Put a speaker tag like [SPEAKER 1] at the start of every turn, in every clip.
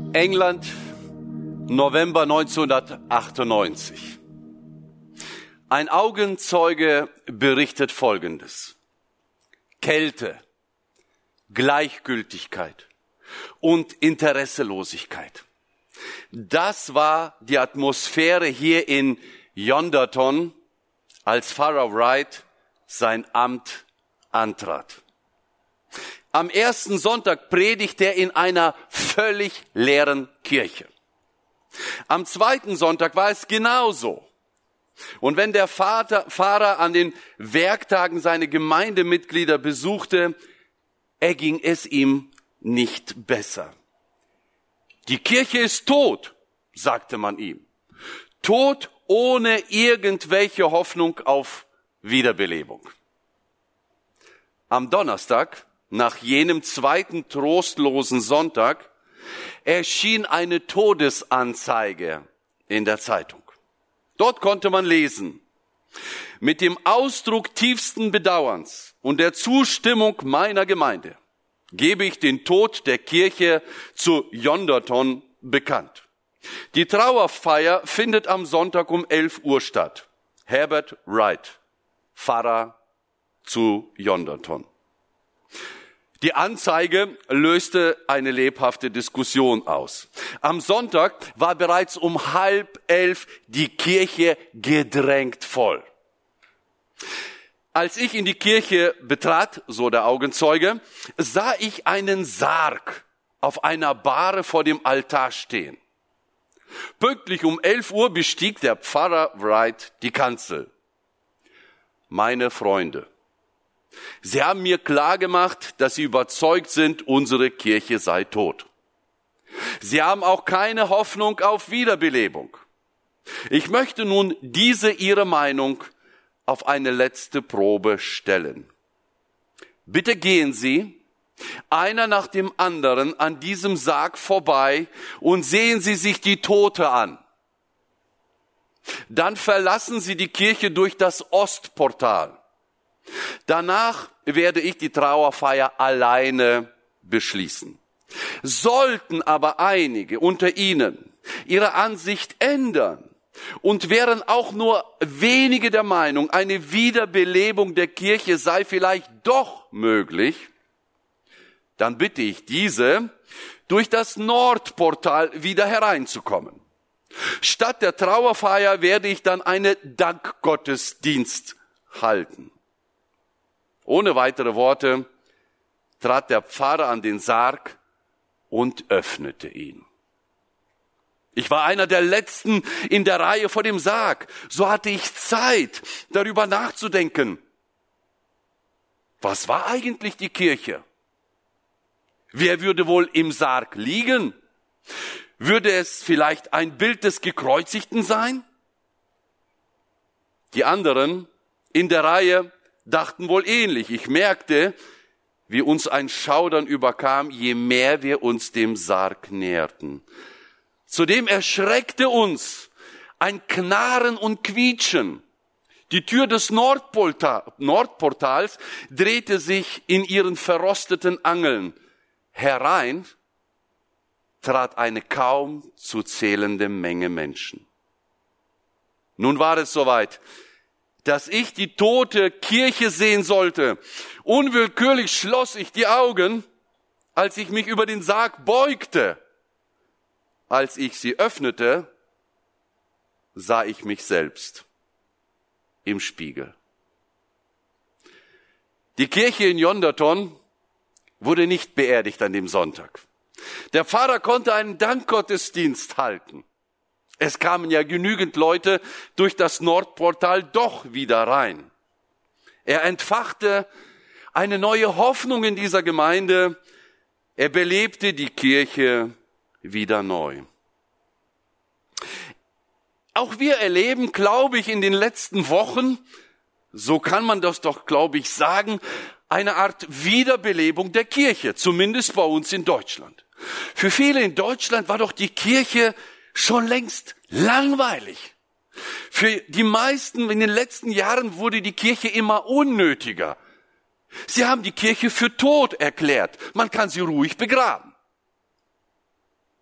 [SPEAKER 1] England, November 1998. Ein Augenzeuge berichtet Folgendes: Kälte, Gleichgültigkeit und Interesselosigkeit. Das war die Atmosphäre hier in Yonderton, als Pfarrer Wright sein Amt antrat. Am ersten Sonntag predigte er in einer völlig leeren Kirche. Am zweiten Sonntag war es genauso. Und wenn der Pfarrer an den Werktagen seine Gemeindemitglieder besuchte, erging es ihm nicht besser. Die Kirche ist tot, sagte man ihm. Tot ohne irgendwelche Hoffnung auf Wiederbelebung. Am Donnerstag, nach jenem zweiten trostlosen Sonntag, erschien eine Todesanzeige in der Zeitung. Dort konnte man lesen: Mit dem Ausdruck tiefsten Bedauerns und der Zustimmung meiner Gemeinde gebe ich den Tod der Kirche zu Yonderton bekannt. Die Trauerfeier findet am Sonntag um 11 Uhr statt. Herbert Wright, Pfarrer zu Yonderton. Die Anzeige löste eine lebhafte Diskussion aus. Am Sonntag war bereits um 10:30 die Kirche gedrängt voll. Als ich in die Kirche betrat, so der Augenzeuge, sah ich einen Sarg auf einer Bahre vor dem Altar stehen. Pünktlich um 11 Uhr bestieg der Pfarrer Wright die Kanzel. Meine Freunde, Sie haben mir klargemacht, dass Sie überzeugt sind, unsere Kirche sei tot. Sie haben auch keine Hoffnung auf Wiederbelebung. Ich möchte nun diese Ihre Meinung auf eine letzte Probe stellen. Bitte gehen Sie, einer nach dem anderen, an diesem Sarg vorbei und sehen Sie sich die Tote an. Dann verlassen Sie die Kirche durch das Ostportal. Danach werde ich die Trauerfeier alleine beschließen. Sollten aber einige unter Ihnen ihre Ansicht ändern und wären auch nur wenige der Meinung, eine Wiederbelebung der Kirche sei vielleicht doch möglich, dann bitte ich diese, durch das Nordportal wieder hereinzukommen. Statt der Trauerfeier werde ich dann einen Dankgottesdienst halten. Ohne weitere Worte trat der Pfarrer an den Sarg und öffnete ihn. Ich war einer der Letzten in der Reihe vor dem Sarg. So hatte ich Zeit, darüber nachzudenken. Was war eigentlich die Kirche? Wer würde wohl im Sarg liegen? Würde es vielleicht ein Bild des Gekreuzigten sein? Die anderen in der Reihe dachten wohl ähnlich. Ich merkte, wie uns ein Schaudern überkam, je mehr wir uns dem Sarg näherten. Zudem erschreckte uns ein Knarren und Quietschen. Die Tür des Nordportals drehte sich in ihren verrosteten Angeln. Herein trat eine kaum zu zählende Menge Menschen. Nun war es soweit, dass ich die tote Kirche sehen sollte. Unwillkürlich schloss ich die Augen, als ich mich über den Sarg beugte. Als ich sie öffnete, sah ich mich selbst im Spiegel. Die Kirche in Yonderton wurde nicht beerdigt an dem Sonntag. Der Pfarrer konnte einen Dankgottesdienst halten. Es kamen ja genügend Leute durch das Nordportal doch wieder rein. Er entfachte eine neue Hoffnung in dieser Gemeinde. Er belebte die Kirche wieder neu. Auch wir erleben, glaube ich, in den letzten Wochen, so kann man das doch, glaube ich, sagen, eine Art Wiederbelebung der Kirche, zumindest bei uns in Deutschland. Für viele in Deutschland war doch die Kirche schon längst langweilig. Für die meisten in den letzten Jahren wurde die Kirche immer unnötiger. Sie haben die Kirche für tot erklärt. Man kann sie ruhig begraben.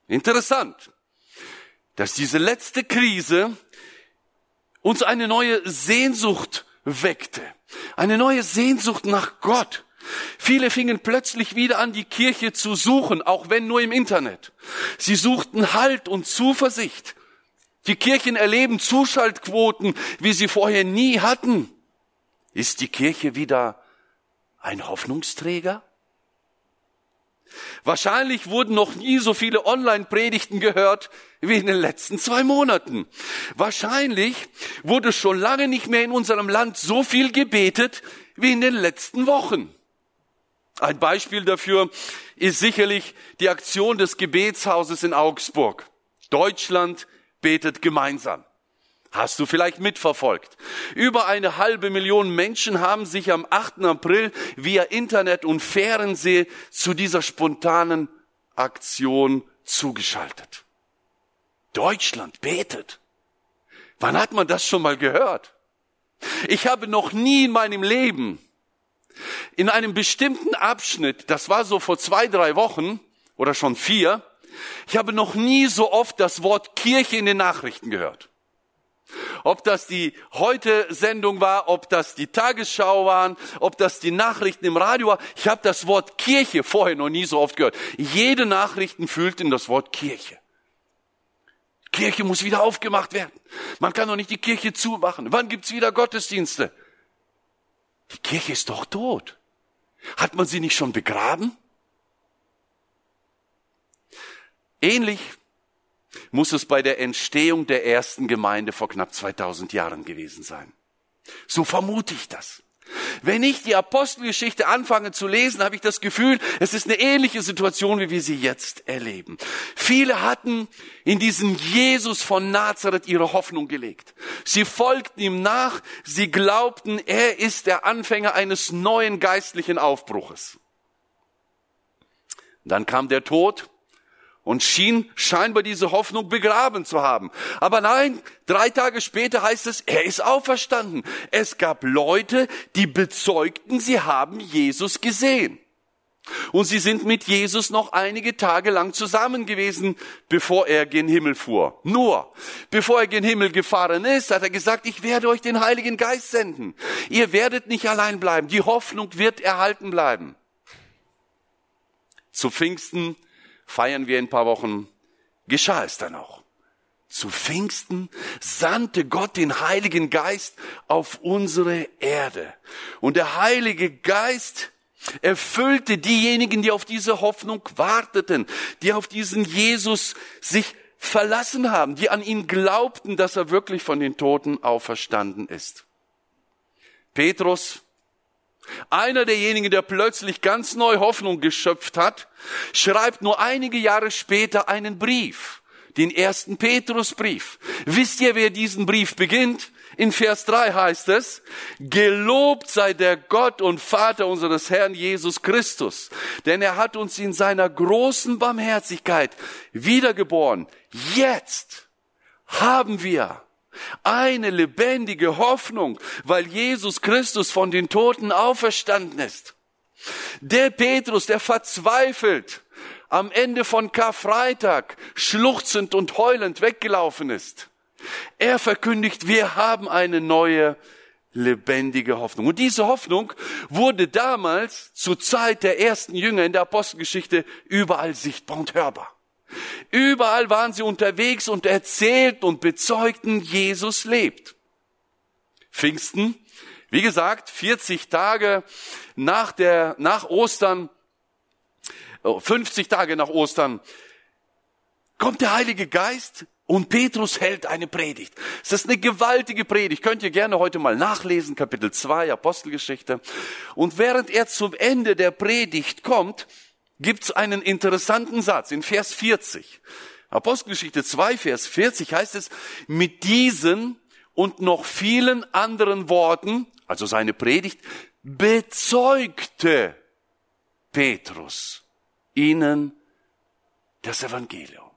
[SPEAKER 1] Interessant, dass diese letzte Krise uns eine neue Sehnsucht weckte. Eine neue Sehnsucht nach Gott. Viele fingen plötzlich wieder an, die Kirche zu suchen, auch wenn nur im Internet. Sie suchten Halt und Zuversicht. Die Kirchen erleben Zuschaltquoten, wie sie vorher nie hatten. Ist die Kirche wieder ein Hoffnungsträger? Wahrscheinlich wurden noch nie so viele Online-Predigten gehört wie in den letzten 2 Monaten. Wahrscheinlich wurde schon lange nicht mehr in unserem Land so viel gebetet wie in den letzten Wochen. Ein Beispiel dafür ist sicherlich die Aktion des Gebetshauses in Augsburg. Deutschland betet gemeinsam. Hast du vielleicht mitverfolgt? Über 500.000 Menschen haben sich am 8. April via Internet und Fernsehen zu dieser spontanen Aktion zugeschaltet. Deutschland betet. Wann hat man das schon mal gehört? Ich habe noch nie in meinem Leben in einem bestimmten Abschnitt, das war so vor 2-3 Wochen oder schon 4, ich habe noch nie so oft das Wort Kirche in den Nachrichten gehört. Ob das die Heute-Sendung war, ob das die Tagesschau waren, ob das die Nachrichten im Radio war. Ich habe das Wort Kirche vorher noch nie so oft gehört. Jede Nachrichten fühlten das Wort Kirche. Kirche muss wieder aufgemacht werden. Man kann doch nicht die Kirche zumachen. Wann gibt's wieder Gottesdienste? Die Kirche ist doch tot. Hat man sie nicht schon begraben? Ähnlich muss es bei der Entstehung der ersten Gemeinde vor knapp 2000 Jahren gewesen sein. So vermute ich das. Wenn ich die Apostelgeschichte anfange zu lesen, habe ich das Gefühl, es ist eine ähnliche Situation, wie wir sie jetzt erleben. Viele hatten in diesen Jesus von Nazareth ihre Hoffnung gelegt. Sie folgten ihm nach, sie glaubten, er ist der Anfänger eines neuen geistlichen Aufbruches. Dann kam der Tod und schien scheinbar diese Hoffnung begraben zu haben. Aber nein, 3 Tage später heißt es, er ist auferstanden. Es gab Leute, die bezeugten, sie haben Jesus gesehen. Und sie sind mit Jesus noch einige Tage lang zusammen gewesen, bevor er gen Himmel fuhr. Nur, bevor er gen Himmel gefahren ist, hat er gesagt, ich werde euch den Heiligen Geist senden. Ihr werdet nicht allein bleiben. Die Hoffnung wird erhalten bleiben. Zu Pfingsten feiern wir in ein paar Wochen, geschah es dann auch. Zu Pfingsten sandte Gott den Heiligen Geist auf unsere Erde. Und der Heilige Geist erfüllte diejenigen, die auf diese Hoffnung warteten, die auf diesen Jesus sich verlassen haben, die an ihn glaubten, dass er wirklich von den Toten auferstanden ist. Petrus, einer derjenigen, der plötzlich ganz neu Hoffnung geschöpft hat, schreibt nur einige Jahre später einen Brief, den 1. Petrusbrief. Wisst ihr, wer diesen Brief beginnt? In Vers 3 heißt es, gelobt sei der Gott und Vater unseres Herrn Jesus Christus, denn er hat uns in seiner großen Barmherzigkeit wiedergeboren. Jetzt haben wir eine lebendige Hoffnung, weil Jesus Christus von den Toten auferstanden ist. Der Petrus, der verzweifelt am Ende von Karfreitag schluchzend und heulend weggelaufen ist, er verkündigt, wir haben eine neue lebendige Hoffnung. Und diese Hoffnung wurde damals zur Zeit der ersten Jünger in der Apostelgeschichte überall sichtbar und hörbar. Überall waren sie unterwegs und erzählten und bezeugten, Jesus lebt. Pfingsten, wie gesagt, 40 Tage nach Ostern, 50 Tage nach Ostern, kommt der Heilige Geist und Petrus hält eine Predigt. Es ist eine gewaltige Predigt. Könnt ihr gerne heute mal nachlesen, Kapitel 2, Apostelgeschichte. Und während er zum Ende der Predigt kommt, gibt's einen interessanten Satz in Vers 40. Apostelgeschichte 2, Vers 40 heißt es, mit diesen und noch vielen anderen Worten, also seine Predigt, bezeugte Petrus ihnen das Evangelium.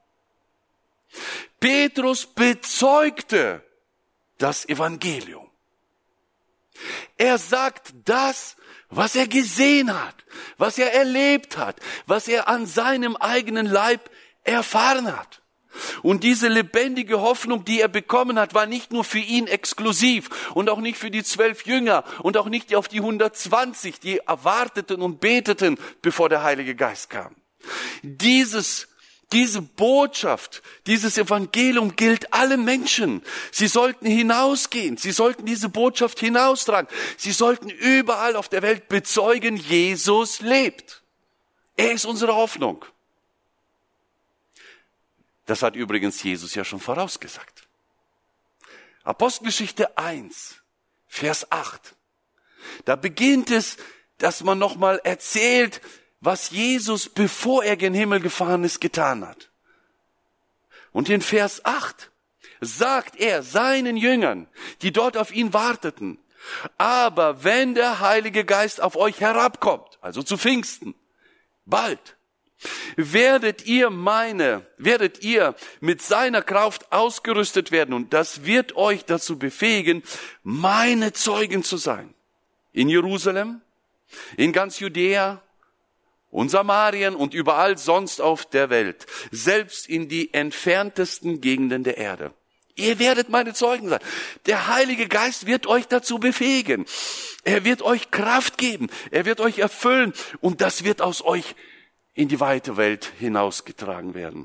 [SPEAKER 1] Petrus bezeugte das Evangelium. Er sagt das, was er gesehen hat, was er erlebt hat, was er an seinem eigenen Leib erfahren hat. Und diese lebendige Hoffnung, die er bekommen hat, war nicht nur für ihn exklusiv und auch nicht für die 12 Jünger und auch nicht auf die 120, die erwarteten und beteten, bevor der Heilige Geist kam. Diese Botschaft, dieses Evangelium gilt allen Menschen. Sie sollten hinausgehen, sie sollten diese Botschaft hinaustragen. Sie sollten überall auf der Welt bezeugen, Jesus lebt. Er ist unsere Hoffnung. Das hat übrigens Jesus ja schon vorausgesagt. Apostelgeschichte 1, Vers 8. Da beginnt es, dass man nochmal erzählt, was Jesus, bevor er gen Himmel gefahren ist, getan hat. Und in Vers 8 sagt er seinen Jüngern, die dort auf ihn warteten, aber wenn der Heilige Geist auf euch herabkommt, also zu Pfingsten, bald, werdet ihr mit seiner Kraft ausgerüstet werden und das wird euch dazu befähigen, meine Zeugen zu sein. In Jerusalem, in ganz Judäa und Samarien und überall sonst auf der Welt, selbst in die entferntesten Gegenden der Erde. Ihr werdet meine Zeugen sein. Der Heilige Geist wird euch dazu befähigen. Er wird euch Kraft geben. Er wird euch erfüllen und das wird aus euch in die weite Welt hinausgetragen werden.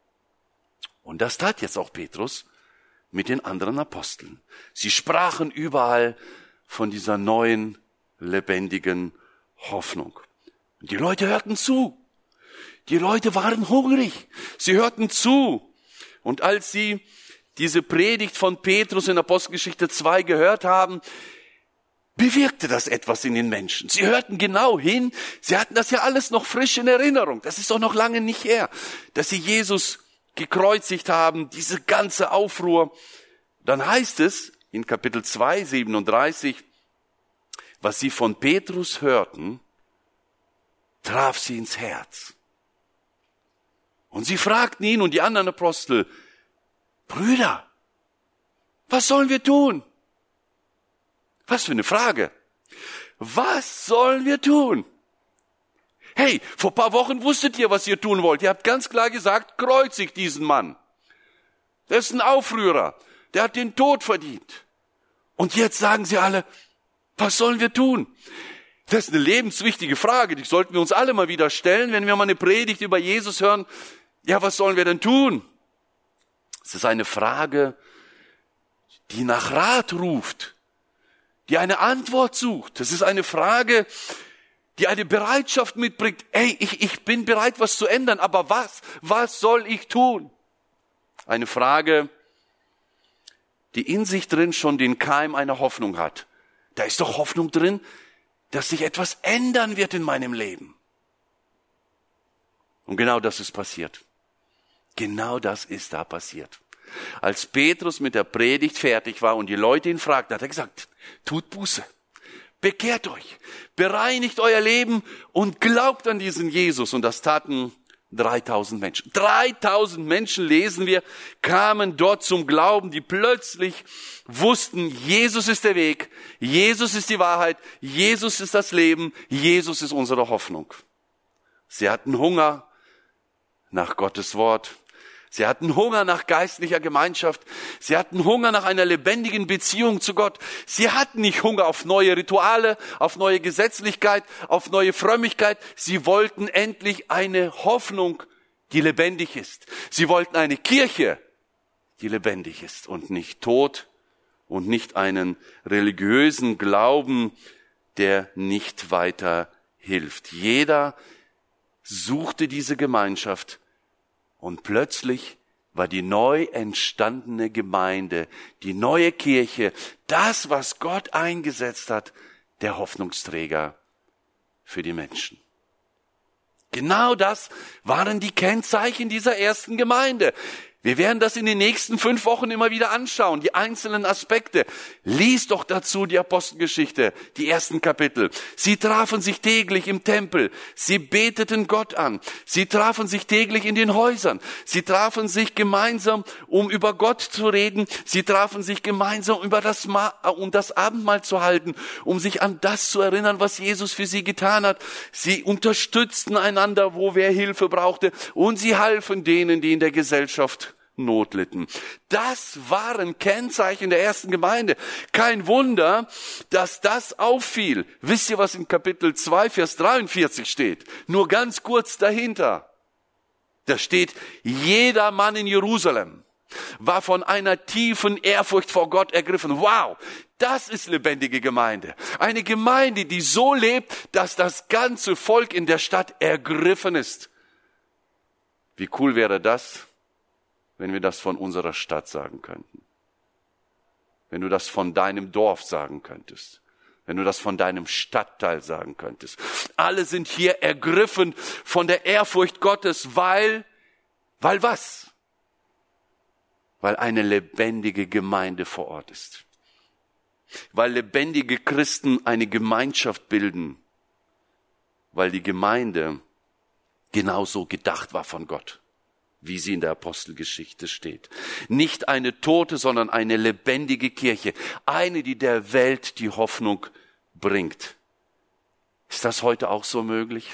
[SPEAKER 1] Und das tat jetzt auch Petrus mit den anderen Aposteln. Sie sprachen überall von dieser neuen, lebendigen Hoffnung. Und die Leute hörten zu. Die Leute waren hungrig. Sie hörten zu. Und als sie diese Predigt von Petrus in Apostelgeschichte 2 gehört haben, bewirkte das etwas in den Menschen. Sie hörten genau hin. Sie hatten das ja alles noch frisch in Erinnerung. Das ist doch noch lange nicht her, dass sie Jesus gekreuzigt haben, diese ganze Aufruhr. Dann heißt es in Kapitel 2, 37, was sie von Petrus hörten, traf sie ins Herz. Und sie fragten ihn und die anderen Apostel, Brüder, was sollen wir tun? Was für eine Frage. Was sollen wir tun? Hey, vor ein paar Wochen wusstet ihr, was ihr tun wollt. Ihr habt ganz klar gesagt, kreuzigt diesen Mann. Der ist ein Aufrührer. Der hat den Tod verdient. Und jetzt sagen sie alle, was sollen wir tun? Das ist eine lebenswichtige Frage, die sollten wir uns alle mal wieder stellen, wenn wir mal eine Predigt über Jesus hören. Ja, was sollen wir denn tun? Es ist eine Frage, die nach Rat ruft, die eine Antwort sucht. Es ist eine Frage, die eine Bereitschaft mitbringt. Hey, ich bin bereit, was zu ändern, aber was? Was soll ich tun? Eine Frage, die in sich drin schon den Keim einer Hoffnung hat. Da ist doch Hoffnung drin, dass sich etwas ändern wird in meinem Leben. Und genau das ist passiert. Genau das ist da passiert. Als Petrus mit der Predigt fertig war und die Leute ihn fragten, hat er gesagt, tut Buße, bekehrt euch, bereinigt euer Leben und glaubt an diesen Jesus. Und das taten 3000 Menschen. 3000 Menschen, lesen wir, kamen dort zum Glauben, die plötzlich wussten, Jesus ist der Weg, Jesus ist die Wahrheit, Jesus ist das Leben, Jesus ist unsere Hoffnung. Sie hatten Hunger nach Gottes Wort. Sie hatten Hunger nach geistlicher Gemeinschaft. Sie hatten Hunger nach einer lebendigen Beziehung zu Gott. Sie hatten nicht Hunger auf neue Rituale, auf neue Gesetzlichkeit, auf neue Frömmigkeit. Sie wollten endlich eine Hoffnung, die lebendig ist. Sie wollten eine Kirche, die lebendig ist und nicht tot und nicht einen religiösen Glauben, der nicht weiter hilft. Jeder suchte diese Gemeinschaft. Und plötzlich war die neu entstandene Gemeinde, die neue Kirche, das, was Gott eingesetzt hat, der Hoffnungsträger für die Menschen. Genau das waren die Kennzeichen dieser ersten Gemeinde. Wir werden das in den nächsten 5 Wochen immer wieder anschauen, die einzelnen Aspekte. Lies doch dazu die Apostelgeschichte, die ersten Kapitel. Sie trafen sich täglich im Tempel. Sie beteten Gott an. Sie trafen sich täglich in den Häusern. Sie trafen sich gemeinsam, um über Gott zu reden. Sie trafen sich gemeinsam, um das Abendmahl zu halten, um sich an das zu erinnern, was Jesus für sie getan hat. Sie unterstützten einander, wo wer Hilfe brauchte. Und sie halfen denen, die in der Gesellschaft Not litten. Das waren Kennzeichen der ersten Gemeinde. Kein Wunder, dass das auffiel. Wisst ihr, was in Kapitel 2, Vers 43 steht? Nur ganz kurz dahinter. Da steht, jeder Mann in Jerusalem war von einer tiefen Ehrfurcht vor Gott ergriffen. Wow, das ist lebendige Gemeinde. Eine Gemeinde, die so lebt, dass das ganze Volk in der Stadt ergriffen ist. Wie cool wäre das, wenn wir das von unserer Stadt sagen könnten. Wenn du das von deinem Dorf sagen könntest. Wenn du das von deinem Stadtteil sagen könntest. Alle sind hier ergriffen von der Ehrfurcht Gottes, weil was? Weil eine lebendige Gemeinde vor Ort ist. Weil lebendige Christen eine Gemeinschaft bilden. Weil die Gemeinde genauso gedacht war von Gott, wie sie in der Apostelgeschichte steht. Nicht eine tote, sondern eine lebendige Kirche. Eine, die der Welt die Hoffnung bringt. Ist das heute auch so möglich?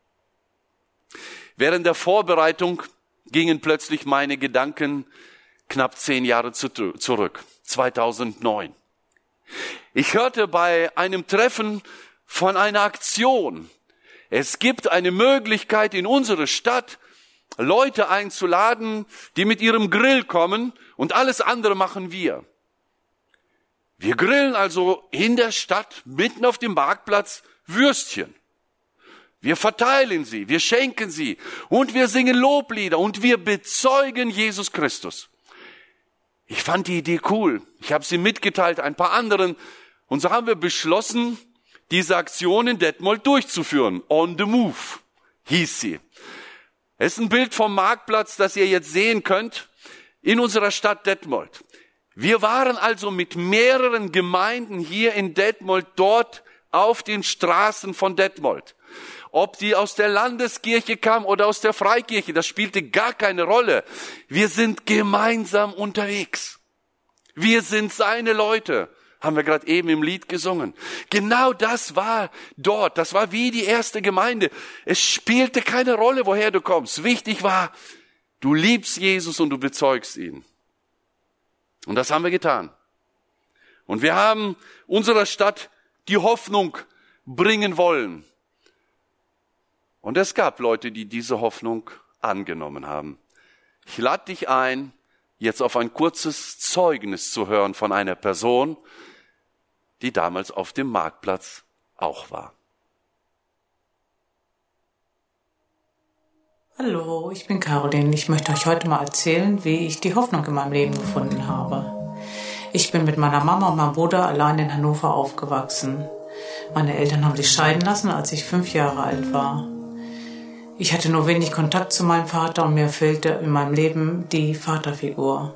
[SPEAKER 1] Während der Vorbereitung gingen plötzlich meine Gedanken knapp 10 Jahre zurück. 2009. Ich hörte bei einem Treffen von einer Aktion. Es gibt eine Möglichkeit in unserer Stadt, Leute einzuladen, die mit ihrem Grill kommen und alles andere machen wir. Wir grillen also in der Stadt, mitten auf dem Marktplatz, Würstchen. Wir verteilen sie, wir schenken sie und wir singen Loblieder und wir bezeugen Jesus Christus. Ich fand die Idee cool. Ich habe sie mitgeteilt, ein paar anderen. Und so haben wir beschlossen, diese Aktion in Detmold durchzuführen. On the Move hieß sie. Es ist ein Bild vom Marktplatz, das ihr jetzt sehen könnt, in unserer Stadt Detmold. Wir waren also mit mehreren Gemeinden hier in Detmold dort auf den Straßen von Detmold. Ob die aus der Landeskirche kamen oder aus der Freikirche, das spielte gar keine Rolle. Wir sind gemeinsam unterwegs. Wir sind seine Leute. Haben wir gerade eben im Lied gesungen. Genau das war dort. Das war wie die erste Gemeinde. Es spielte keine Rolle, woher du kommst. Wichtig war, du liebst Jesus und du bezeugst ihn. Und das haben wir getan. Und wir haben unserer Stadt die Hoffnung bringen wollen. Und es gab Leute, die diese Hoffnung angenommen haben. Ich lade dich ein, jetzt auf ein kurzes Zeugnis zu hören von einer Person, die damals auf dem Marktplatz auch war.
[SPEAKER 2] Hallo, ich bin Caroline. Ich möchte euch heute mal erzählen, wie ich die Hoffnung in meinem Leben gefunden habe. Ich bin mit meiner Mama und meinem Bruder allein in Hannover aufgewachsen. Meine Eltern haben sich scheiden lassen, als ich 5 Jahre alt war. Ich hatte nur wenig Kontakt zu meinem Vater und mir fehlte in meinem Leben die Vaterfigur.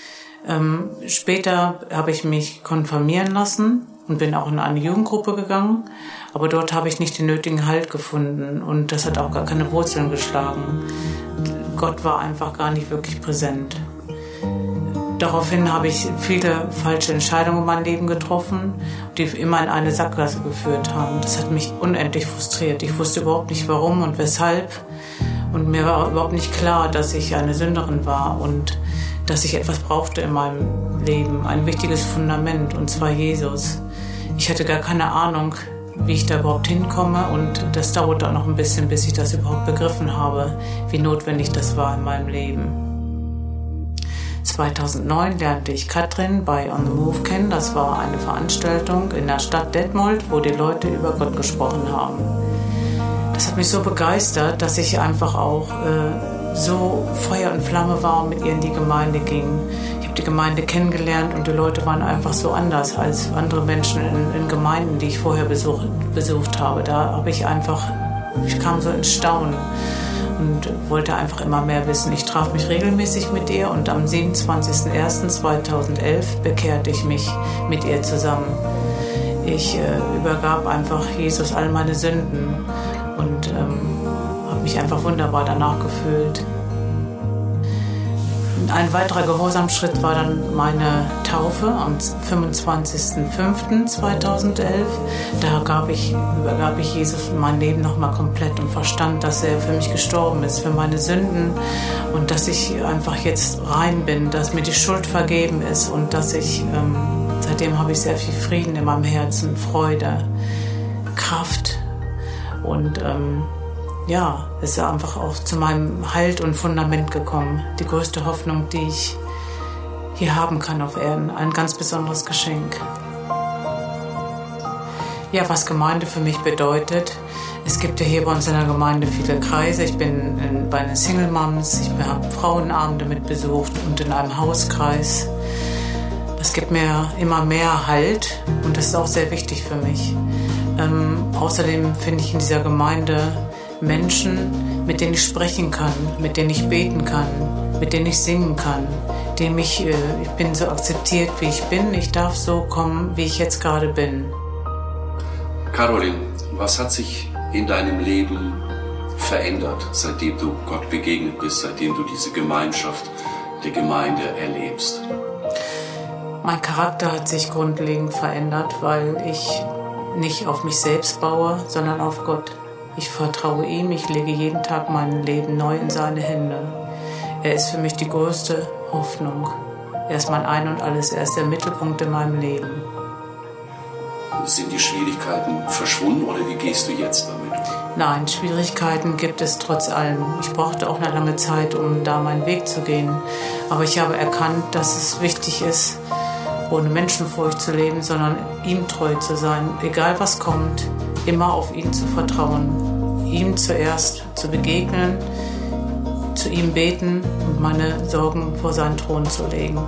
[SPEAKER 2] Später habe ich mich konfirmieren lassen und bin auch in eine Jugendgruppe gegangen, aber dort habe ich nicht den nötigen Halt gefunden und das hat auch gar keine Wurzeln geschlagen. Gott war einfach gar nicht wirklich präsent. Daraufhin habe ich viele falsche Entscheidungen in meinem Leben getroffen, die immer in eine Sackgasse geführt haben. Das hat mich unendlich frustriert. Ich wusste überhaupt nicht warum und weshalb und mir war überhaupt nicht klar, dass ich eine Sünderin war und dass ich etwas brauchte in meinem Leben, ein wichtiges Fundament, und zwar Jesus. Ich hatte gar keine Ahnung, wie ich da überhaupt hinkomme und das dauerte auch noch ein bisschen, bis ich das überhaupt begriffen habe, wie notwendig das war in meinem Leben. 2009 lernte ich Katrin bei On the Move kennen. Das war eine Veranstaltung in der Stadt Detmold, wo die Leute über Gott gesprochen haben. Das hat mich so begeistert, dass ich einfach auch so Feuer und Flamme war und mit ihr in die Gemeinde ging. Ich habe die Gemeinde kennengelernt und die Leute waren einfach so anders als andere Menschen in Gemeinden, die ich vorher besucht habe. Ich kam so ins Staunen. und wollte einfach immer mehr wissen. Ich traf mich regelmäßig mit ihr und am 27.01.2011 bekehrte ich mich mit ihr zusammen. Ich übergab einfach Jesus all meine Sünden und habe mich einfach wunderbar danach gefühlt. Ein weiterer Gehorsamschritt war dann meine Taufe am 25.05.2011. Da übergab ich Jesus mein Leben nochmal komplett und verstand, dass er für mich gestorben ist, für meine Sünden und dass ich einfach jetzt rein bin, dass mir die Schuld vergeben ist und dass ich, seitdem habe ich sehr viel Frieden in meinem Herzen, Freude, Kraft und ist einfach auch zu meinem Halt und Fundament gekommen. Die größte Hoffnung, die ich hier haben kann auf Erden. Ein ganz besonderes Geschenk. Ja, was Gemeinde für mich bedeutet. Es gibt ja hier bei uns in der Gemeinde viele Kreise. Ich bin bei den Single Moms, ich habe Frauenabende mitbesucht und in einem Hauskreis. Das gibt mir immer mehr Halt und das ist auch sehr wichtig für mich. Außerdem finde ich in dieser Gemeinde Menschen, mit denen ich sprechen kann, mit denen ich beten kann, mit denen ich singen kann, ich bin so akzeptiert, wie ich bin, ich darf so kommen, wie ich jetzt gerade bin.
[SPEAKER 1] Caroline, was hat sich in deinem Leben verändert, seitdem du Gott begegnet bist, seitdem du diese Gemeinschaft der Gemeinde erlebst?
[SPEAKER 2] Mein Charakter hat sich grundlegend verändert, weil ich nicht auf mich selbst baue, sondern auf Gott. Ich vertraue ihm, ich lege jeden Tag mein Leben neu in seine Hände. Er ist für mich die größte Hoffnung. Er ist mein Ein und Alles, er ist der Mittelpunkt in meinem Leben.
[SPEAKER 1] Sind die Schwierigkeiten verschwunden oder wie gehst du jetzt damit?
[SPEAKER 2] Nein, Schwierigkeiten gibt es trotz allem. Ich brauchte auch eine lange Zeit, um da meinen Weg zu gehen. Aber ich habe erkannt, dass es wichtig ist, ohne Menschenfurcht zu leben, sondern ihm treu zu sein, egal was kommt, immer auf ihn zu vertrauen, ihm zuerst zu begegnen, zu ihm beten und meine Sorgen vor seinen Thron zu legen.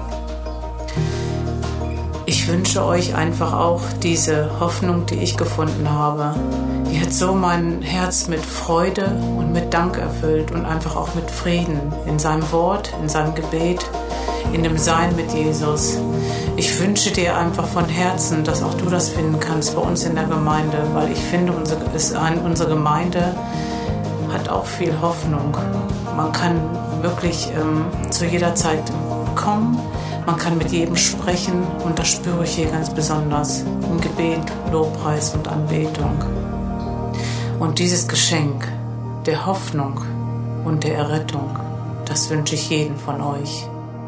[SPEAKER 2] Ich wünsche euch einfach auch diese Hoffnung, die ich gefunden habe. Die hat so mein Herz mit Freude und mit Dank erfüllt und einfach auch mit Frieden in seinem Wort, in seinem Gebet, in dem Sein mit Jesus. Ich wünsche dir einfach von Herzen, dass auch du das finden kannst bei uns in der Gemeinde, weil ich finde, unsere Gemeinde hat auch viel Hoffnung. Man kann wirklich zu jeder Zeit kommen, man kann mit jedem sprechen und das spüre ich hier ganz besonders im Gebet, Lobpreis und Anbetung. Und dieses Geschenk der Hoffnung und der Errettung, das wünsche ich jedem von euch.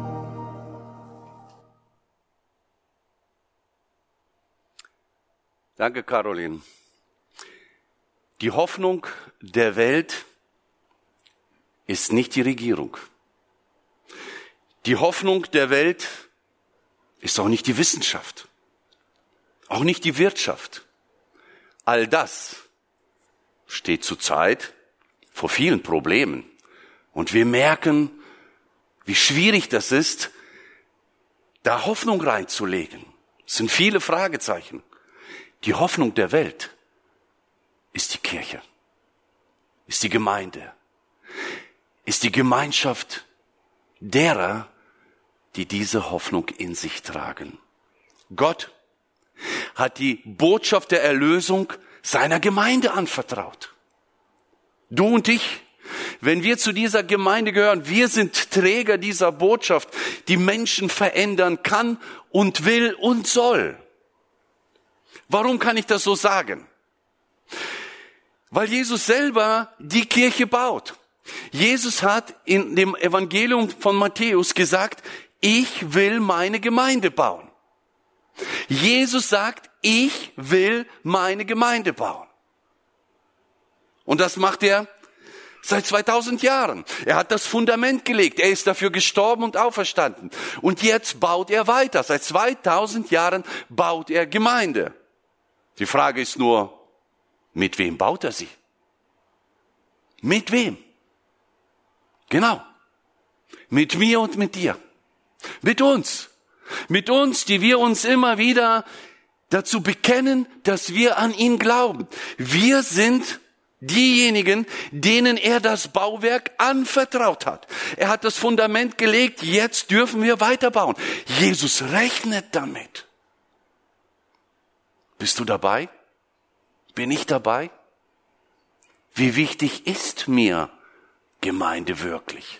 [SPEAKER 1] Danke, Caroline. Die Hoffnung der Welt ist nicht die Regierung. Die Hoffnung der Welt ist auch nicht die Wissenschaft, auch nicht die Wirtschaft. All das steht zurzeit vor vielen Problemen. Und wir merken, wie schwierig das ist, da Hoffnung reinzulegen. Es sind viele Fragezeichen. Die Hoffnung der Welt ist die Kirche, ist die Gemeinde, ist die Gemeinschaft derer, die diese Hoffnung in sich tragen. Gott hat die Botschaft der Erlösung seiner Gemeinde anvertraut. Du und ich, wenn wir zu dieser Gemeinde gehören, wir sind Träger dieser Botschaft, die Menschen verändern kann und will und soll. Warum kann ich das so sagen? Weil Jesus selber die Kirche baut. Jesus hat in dem Evangelium von Matthäus gesagt, ich will meine Gemeinde bauen. Jesus sagt, ich will meine Gemeinde bauen. Und das macht er seit 2000 Jahren. Er hat das Fundament gelegt. Er ist dafür gestorben und auferstanden. Und jetzt baut er weiter. Seit 2000 Jahren baut er Gemeinde. Die Frage ist nur, mit wem baut er sie? Mit wem? Genau. Mit mir und mit dir. Mit uns. Mit uns, die wir uns immer wieder dazu bekennen, dass wir an ihn glauben. Wir sind Diejenigen, denen er das Bauwerk anvertraut hat. Er hat das Fundament gelegt, jetzt dürfen wir weiterbauen. Jesus rechnet damit. Bist du dabei? Bin ich dabei? Wie wichtig ist mir Gemeinde wirklich?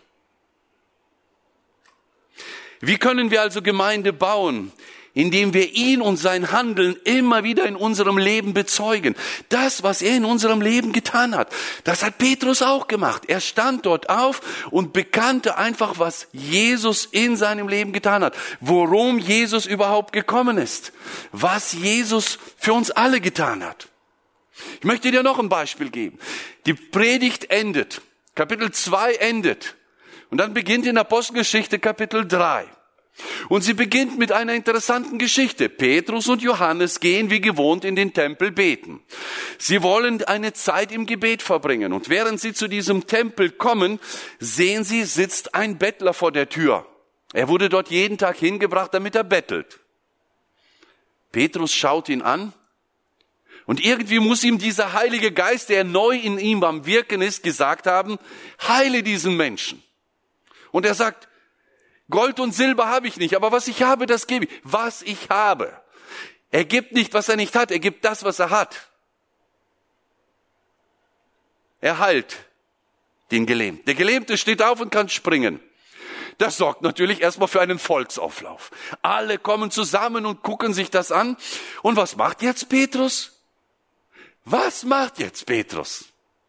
[SPEAKER 1] Wie können wir also Gemeinde bauen? Indem wir ihn und sein Handeln immer wieder in unserem Leben bezeugen. Das, was er in unserem Leben getan hat, das hat Petrus auch gemacht. Er stand dort auf und bekannte einfach, was Jesus in seinem Leben getan hat. Worum Jesus überhaupt gekommen ist. Was Jesus für uns alle getan hat. Ich möchte dir noch ein Beispiel geben. Die Predigt endet. Kapitel 2 endet. Und dann beginnt in Apostelgeschichte Kapitel 3. Und sie beginnt mit einer interessanten Geschichte. Petrus und Johannes gehen wie gewohnt in den Tempel beten. Sie wollen eine Zeit im Gebet verbringen. Und während sie zu diesem Tempel kommen, sehen sie, sitzt ein Bettler vor der Tür. Er wurde dort jeden Tag hingebracht, damit er bettelt. Petrus schaut ihn an. Und irgendwie muss ihm dieser Heilige Geist, der neu in ihm am Wirken ist, gesagt haben, heile diesen Menschen. Und er sagt, Gold und Silber habe ich nicht, aber was ich habe, das gebe ich. Was ich habe. Er gibt nicht, was er nicht hat, er gibt das, was er hat. Er heilt den Gelähmten. Der Gelähmte steht auf und kann springen. Das sorgt natürlich erstmal für einen Volksauflauf. Alle kommen zusammen und gucken sich das an. Und was macht jetzt Petrus? Was macht jetzt Petrus?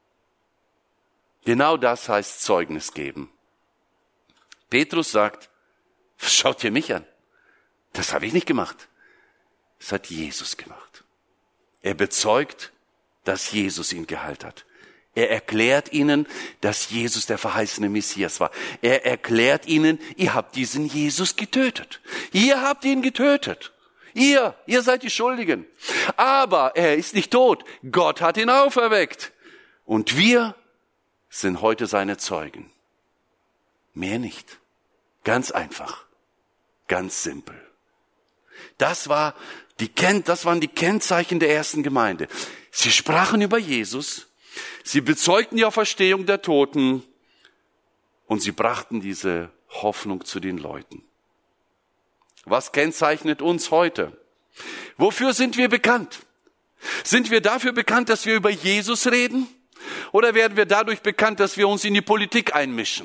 [SPEAKER 1] Genau das heißt Zeugnis geben. Petrus sagt, schaut ihr mich an. Das habe ich nicht gemacht. Das hat Jesus gemacht. Er bezeugt, dass Jesus ihn geheilt hat. Er erklärt ihnen, dass Jesus der verheißene Messias war. Er erklärt ihnen, ihr habt diesen Jesus getötet. Ihr habt ihn getötet. Ihr seid die Schuldigen. Aber er ist nicht tot. Gott hat ihn auferweckt. Und wir sind heute seine Zeugen. Mehr nicht. Ganz einfach. Ganz simpel. Das waren die Kennzeichen der ersten Gemeinde. Sie sprachen über Jesus, sie bezeugten die Auferstehung der Toten und sie brachten diese Hoffnung zu den Leuten. Was kennzeichnet uns heute? Wofür sind wir bekannt? Sind wir dafür bekannt, dass wir über Jesus reden? Oder werden wir dadurch bekannt, dass wir uns in die Politik einmischen?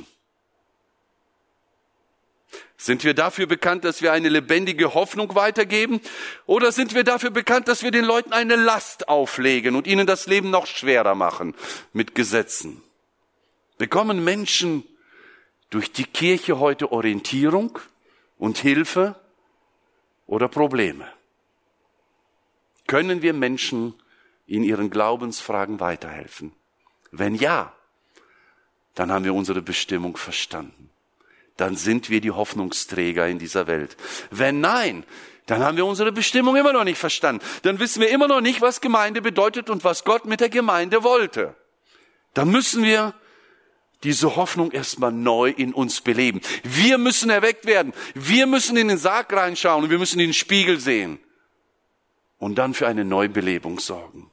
[SPEAKER 1] Sind wir dafür bekannt, dass wir eine lebendige Hoffnung weitergeben? Oder sind wir dafür bekannt, dass wir den Leuten eine Last auflegen und ihnen das Leben noch schwerer machen mit Gesetzen? Bekommen Menschen durch die Kirche heute Orientierung und Hilfe oder Probleme? Können wir Menschen in ihren Glaubensfragen weiterhelfen? Wenn ja, dann haben wir unsere Bestimmung verstanden. Dann sind wir die Hoffnungsträger in dieser Welt. Wenn nein, dann haben wir unsere Bestimmung immer noch nicht verstanden. Dann wissen wir immer noch nicht, was Gemeinde bedeutet und was Gott mit der Gemeinde wollte. Dann müssen wir diese Hoffnung erstmal neu in uns beleben. Wir müssen erweckt werden. Wir müssen in den Sarg reinschauen und wir müssen in den Spiegel sehen. Und dann für eine Neubelebung sorgen.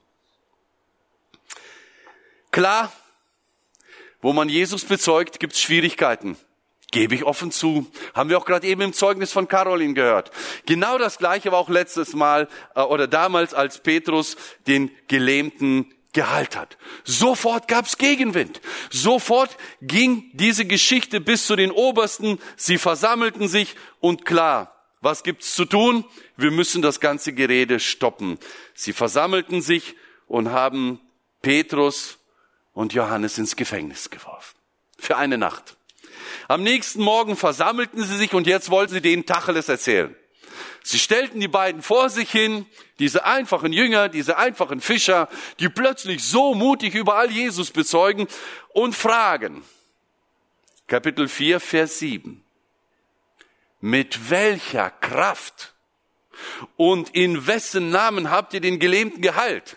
[SPEAKER 1] Klar, wo man Jesus bezeugt, gibt es Schwierigkeiten. Gebe ich offen zu. Haben wir auch gerade eben im Zeugnis von Caroline gehört. Genau das Gleiche war auch letztes Mal oder damals, als Petrus den Gelähmten geheilt hat. Sofort gab's Gegenwind. Sofort ging diese Geschichte bis zu den Obersten. Sie versammelten sich und klar, was gibt's zu tun? Wir müssen das ganze Gerede stoppen. Sie versammelten sich und haben Petrus und Johannes ins Gefängnis geworfen. Für eine Nacht. Am nächsten Morgen versammelten sie sich und jetzt wollten sie denen Tacheles erzählen. Sie stellten die beiden vor sich hin, diese einfachen Jünger, diese einfachen Fischer, die plötzlich so mutig überall Jesus bezeugen und fragen. Kapitel 4, Vers 7. Mit welcher Kraft und in wessen Namen habt ihr den Gelähmten geheilt?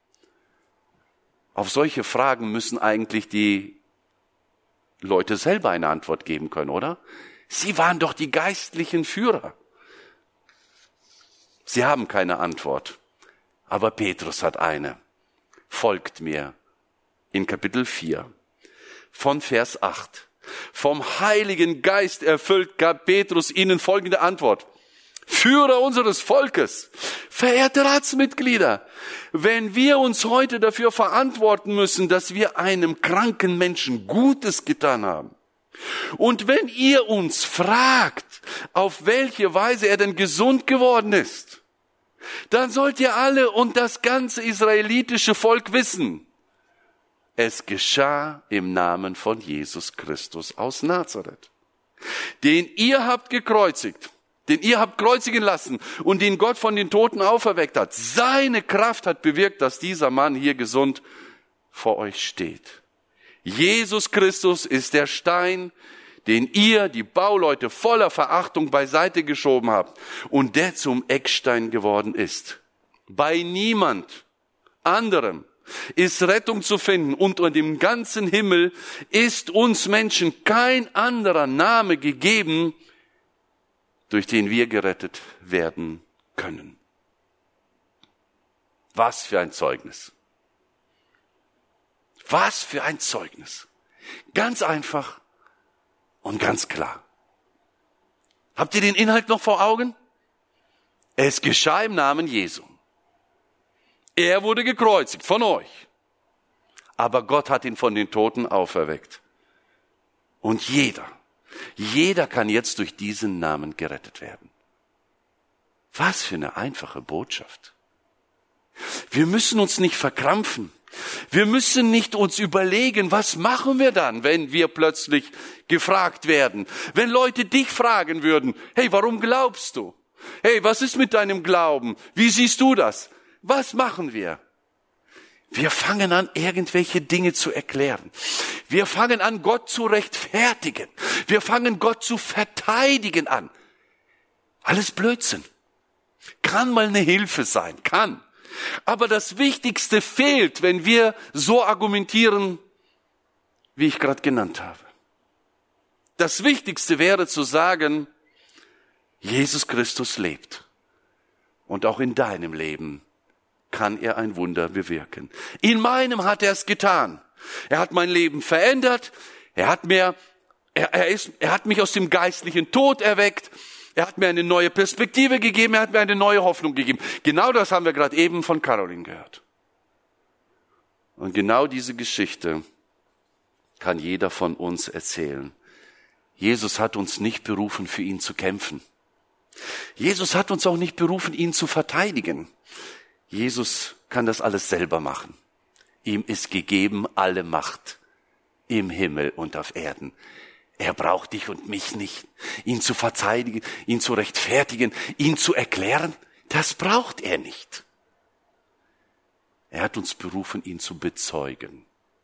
[SPEAKER 1] Auf solche Fragen müssen eigentlich die Leute selber eine Antwort geben können, oder? Sie waren doch die geistlichen Führer. Sie haben keine Antwort. Aber Petrus hat eine. Folgt mir in Kapitel 4 von Vers 8. Vom Heiligen Geist erfüllt gab Petrus ihnen folgende Antwort. Führer unseres Volkes, verehrte Ratsmitglieder, wenn wir uns heute dafür verantworten müssen, dass wir einem kranken Menschen Gutes getan haben, und wenn ihr uns fragt, auf welche Weise er denn gesund geworden ist, dann sollt ihr alle und das ganze israelitische Volk wissen, es geschah im Namen von Jesus Christus aus Nazareth, den ihr habt gekreuzigt, den ihr habt kreuzigen lassen und den Gott von den Toten auferweckt hat. Seine Kraft hat bewirkt, dass dieser Mann hier gesund vor euch steht. Jesus Christus ist der Stein, den ihr, die Bauleute, voller Verachtung beiseite geschoben habt und der zum Eckstein geworden ist. Bei niemand anderem ist Rettung zu finden. Unter dem ganzen Himmel ist uns Menschen kein anderer Name gegeben, durch den wir gerettet werden können. Was für ein Zeugnis. Was für ein Zeugnis. Ganz einfach und ganz klar. Habt ihr den Inhalt noch vor Augen? Es geschah im Namen Jesu. Er wurde gekreuzigt von euch. Aber Gott hat ihn von den Toten auferweckt. Und jeder kann jetzt durch diesen Namen gerettet werden. Was für eine einfache Botschaft. Wir müssen uns nicht verkrampfen. Wir müssen nicht uns überlegen, was machen wir dann, wenn wir plötzlich gefragt werden. Wenn Leute dich fragen würden, hey, warum glaubst du? Hey, was ist mit deinem Glauben? Wie siehst du das? Was machen wir? Wir fangen an, irgendwelche Dinge zu erklären. Wir fangen an, Gott zu rechtfertigen. Wir fangen Gott zu verteidigen an. Alles Blödsinn. Kann mal eine Hilfe sein, kann. Aber das Wichtigste fehlt, wenn wir so argumentieren, wie ich gerade genannt habe. Das Wichtigste wäre zu sagen, Jesus Christus lebt. Und auch in deinem Leben kann er ein Wunder bewirken. In meinem hat er es getan. Er hat mein Leben verändert. Er hat mich aus dem geistlichen Tod erweckt. Er hat mir eine neue Perspektive gegeben. Er hat mir eine neue Hoffnung gegeben. Genau das haben wir gerade eben von Caroline gehört. Und genau diese Geschichte kann jeder von uns erzählen. Jesus hat uns nicht berufen, für ihn zu kämpfen. Jesus hat uns auch nicht berufen, ihn zu verteidigen. Jesus kann das alles selber machen. Ihm ist gegeben alle Macht im Himmel und auf Erden. Er braucht dich und mich nicht. Ihn zu verteidigen, ihn zu rechtfertigen, ihn zu erklären, das braucht er nicht. Er hat uns berufen, ihn zu bezeugen.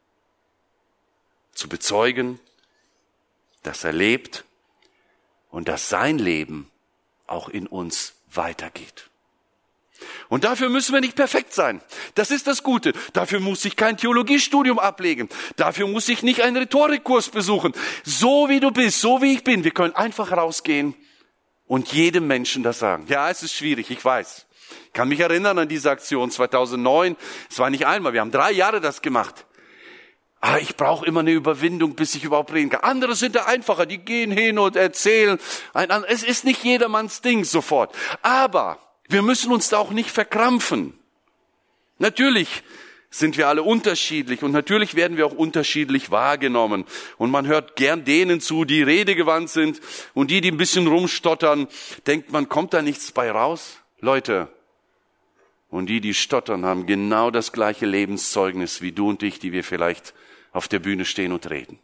[SPEAKER 1] Zu bezeugen, dass er lebt und dass sein Leben auch in uns weitergeht. Und dafür müssen wir nicht perfekt sein. Das ist das Gute. Dafür muss ich kein Theologiestudium ablegen. Dafür muss ich nicht einen Rhetorikkurs besuchen. So wie du bist, so wie ich bin. Wir können einfach rausgehen und jedem Menschen das sagen. Ja, es ist schwierig, ich weiß. Ich kann mich erinnern an diese Aktion 2009. Es war nicht einmal, wir haben 3 Jahre das gemacht. Aber ich brauche immer eine Überwindung, bis ich überhaupt reden kann. Andere sind da einfacher, die gehen hin und erzählen. Es ist nicht jedermanns Ding sofort. Aber wir müssen uns da auch nicht verkrampfen. Natürlich sind wir alle unterschiedlich und natürlich werden wir auch unterschiedlich wahrgenommen. Und man hört gern denen zu, die redegewandt sind und die ein bisschen rumstottern, denkt man, kommt da nichts bei raus? Leute, und die stottern, haben genau das gleiche Lebenszeugnis wie du und ich, die wir vielleicht auf der Bühne stehen und reden.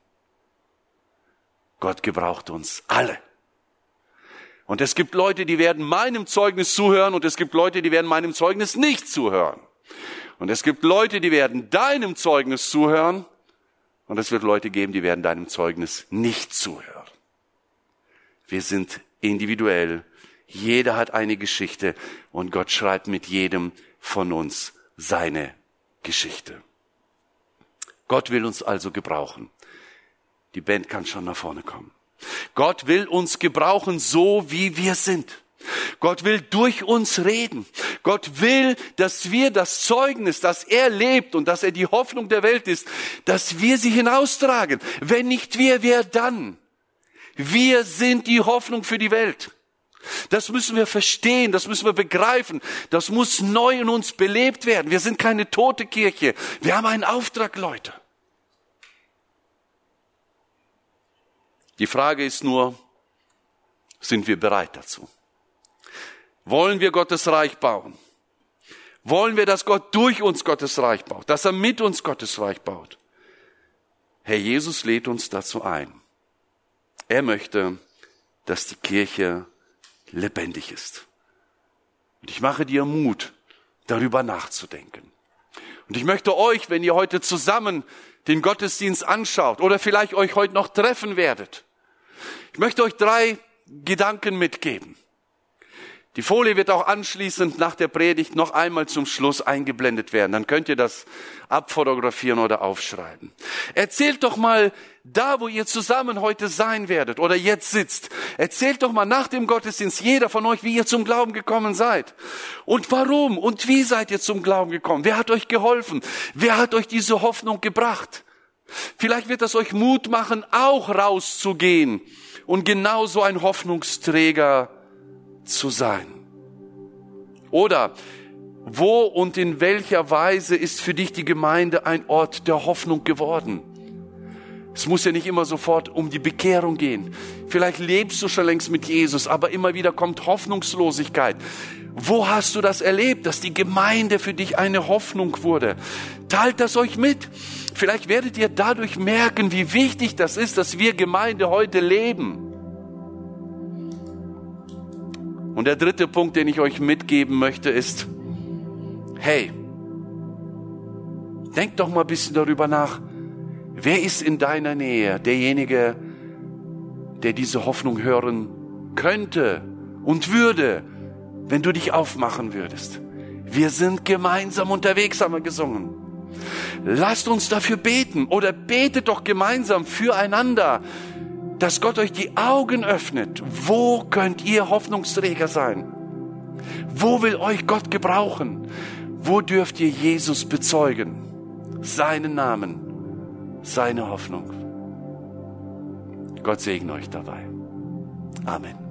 [SPEAKER 1] Gott gebraucht uns alle. Und es gibt Leute, die werden meinem Zeugnis zuhören und es gibt Leute, die werden meinem Zeugnis nicht zuhören. Und es gibt Leute, die werden deinem Zeugnis zuhören und es wird Leute geben, die werden deinem Zeugnis nicht zuhören. Wir sind individuell. Jeder hat eine Geschichte und Gott schreibt mit jedem von uns seine Geschichte. Gott will uns also gebrauchen. Die Band kann schon nach vorne kommen. Gott will uns gebrauchen, so wie wir sind. Gott will durch uns reden. Gott will, dass wir das Zeugnis, dass er lebt und dass er die Hoffnung der Welt ist, dass wir sie hinaustragen. Wenn nicht wir, wer dann? Wir sind die Hoffnung für die Welt. Das müssen wir verstehen, das müssen wir begreifen. Das muss neu in uns belebt werden. Wir sind keine tote Kirche. Wir haben einen Auftrag, Leute. Die Frage ist nur, sind wir bereit dazu? Wollen wir Gottes Reich bauen? Wollen wir, dass Gott durch uns Gottes Reich baut, dass er mit uns Gottes Reich baut? Herr Jesus lädt uns dazu ein. Er möchte, dass die Kirche lebendig ist. Und ich mache dir Mut, darüber nachzudenken. Und ich möchte euch, wenn ihr heute zusammen den Gottesdienst anschaut oder vielleicht euch heute noch treffen werdet, ich möchte euch 3 Gedanken mitgeben. Die Folie wird auch anschließend nach der Predigt noch einmal zum Schluss eingeblendet werden. Dann könnt ihr das abfotografieren oder aufschreiben. Erzählt doch mal da, wo ihr zusammen heute sein werdet oder jetzt sitzt. Erzählt doch mal nach dem Gottesdienst jeder von euch, wie ihr zum Glauben gekommen seid. Und warum und wie seid ihr zum Glauben gekommen? Wer hat euch geholfen? Wer hat euch diese Hoffnung gebracht? Vielleicht wird das euch Mut machen, auch rauszugehen und genauso ein Hoffnungsträger zu sein. Oder wo und in welcher Weise ist für dich die Gemeinde ein Ort der Hoffnung geworden? Es muss ja nicht immer sofort um die Bekehrung gehen. Vielleicht lebst du schon längst mit Jesus, aber immer wieder kommt Hoffnungslosigkeit. Wo hast du das erlebt, dass die Gemeinde für dich eine Hoffnung wurde? Teilt das euch mit. Vielleicht werdet ihr dadurch merken, wie wichtig das ist, dass wir Gemeinde heute leben. Und der 3. Punkt, den ich euch mitgeben möchte, ist, hey, denkt doch mal ein bisschen darüber nach, wer ist in deiner Nähe derjenige, der diese Hoffnung hören könnte und würde, wenn du dich aufmachen würdest. Wir sind gemeinsam unterwegs, haben wir gesungen. Lasst uns dafür beten oder betet doch gemeinsam füreinander, dass Gott euch die Augen öffnet. Wo könnt ihr Hoffnungsträger sein? Wo will euch Gott gebrauchen? Wo dürft ihr Jesus bezeugen? Seinen Namen, seine Hoffnung. Gott segne euch dabei. Amen.